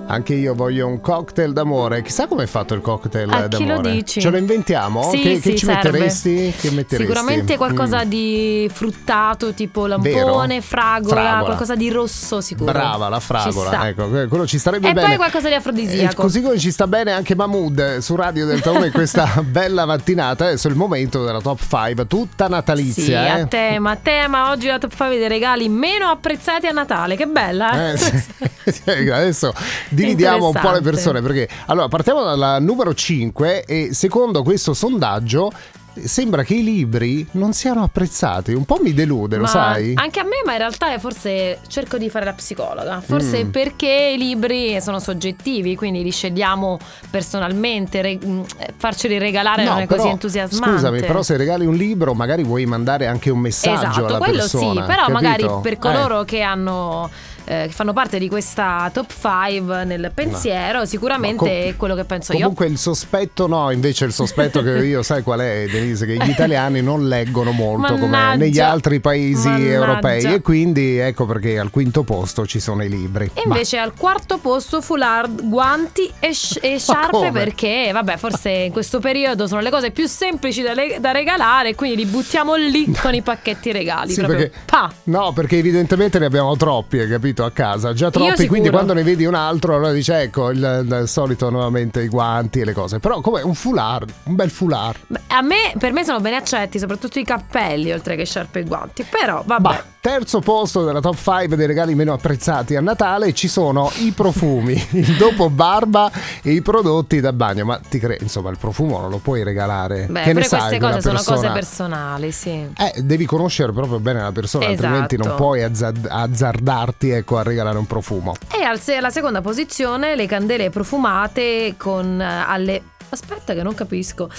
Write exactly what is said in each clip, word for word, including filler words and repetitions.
Anche io voglio un cocktail d'amore. Chissà come è fatto il cocktail A d'amore. chi lo dici? Ce lo inventiamo? Sì, che, sì, che ci serve. metteresti? Che metteresti? Sicuramente qualcosa Mm. di fruttato, tipo lampone, Vero? fragola, Fragola. qualcosa di rosso sicuro. Brava, la Ci fragola, sta. ecco, quello ci starebbe E bene. poi qualcosa di E afrodisiaco. così come ci sta bene anche Mahmood su Radio Delta uno in questa bella mattinata. Adesso è il momento della top cinque, tutta Sì, natalizia. eh. a tema, a tema. Oggi la top cinque dei regali meno apprezzati a Natale. Che bella, eh? Eh, sì. Sì, adesso dividiamo un po' le Interessante. persone, perché allora partiamo dalla numero cinque e secondo questo sondaggio sembra che i libri non siano apprezzati. Un po' mi delude, lo Ma sai? anche a me, ma in realtà forse cerco di fare la psicologa. Forse Mm. perché i libri sono soggettivi, quindi li scegliamo personalmente. re- mh, farceli regalare No, non è però, così entusiasmante. Scusami, però se regali un libro magari vuoi mandare anche un messaggio Esatto, alla quello persona. sì, però capito? magari per Eh. coloro che hanno eh, che fanno parte di questa top cinque nel pensiero, sicuramente Ma com- è quello che penso Comunque il sospetto no, invece il sospetto che io sai qual è, Denise, che gli italiani non leggono molto come Mannaggia. negli altri paesi Mannaggia. europei e quindi ecco perché al quinto posto ci sono i libri. io. E invece al quarto posto foulard, guanti e, sci- e sciarpe, come? perché vabbè, forse in questo periodo sono le cose più semplici da, le- da regalare, quindi li buttiamo lì con i pacchetti regali. Sì, proprio perché- pa! No, perché evidentemente ne abbiamo troppi, hai capito, a casa, già troppi, sicuro. quindi quando ne vedi un altro allora dici ecco il, il solito nuovamente i guanti e le cose, però come un foulard, un bel foulard. Beh, a me, per me sono bene accetti, soprattutto i cappelli oltre che sciarpe e guanti, però vabbè. Bah, terzo posto della top cinque dei regali meno apprezzati a Natale ci sono i profumi, il dopo barba e i prodotti da bagno. Ma ti credi, insomma, il profumo non lo puoi regalare. Beh, che ne pure sai queste che una cose sono persona- cose personali, sì. Eh, devi conoscere proprio bene la persona, Esatto. altrimenti non puoi azzard- azzardarti ecco, a regalare un profumo. E al se- alla seconda posizione le candele profumate con eh, alle... Aspetta che non capisco.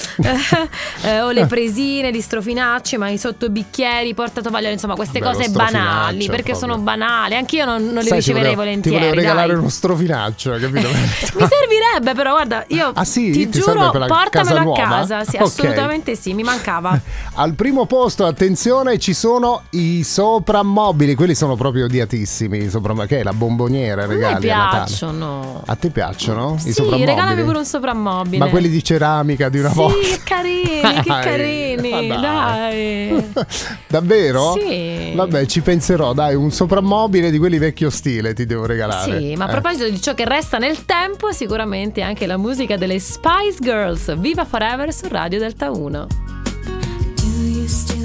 eh, o le presine, gli strofinacci, ma i sottobicchieri, portatovaglioli, insomma queste Vabbè, cose lo banali, strofinaccio perché proprio. sono banali. Anch'io non, non li Sai, ti riceverei volevo- volentieri. Ti volevo regalare dai. uno strofinaccio, capito? Mi servirebbe, però guarda, io Ah, sì? ti, Ti serve giuro, per la portamelo casa a nuova? casa. Sì, Ok. assolutamente sì, mi mancava. Al primo posto, attenzione, ci sono i soprammobili, quelli sono proprio odiatissimi, i sopra- che è la bomboniera, A me regali a Natale. piacciono. A te piacciono i Sì, soprammobili? regalami pure un soprammobile. Ma quelli di ceramica di una sì, volta? che carini, che Dai, carini, ma dai. Davvero? Sì. Vabbè, ci penserò, dai, un soprammobile di quelli vecchio stile ti devo regalare. Sì, ma a Eh. proposito di ciò che resta nel tempo, sicuramente anche la musica delle Spice Girls. Viva Forever su Radio Delta uno. Do you still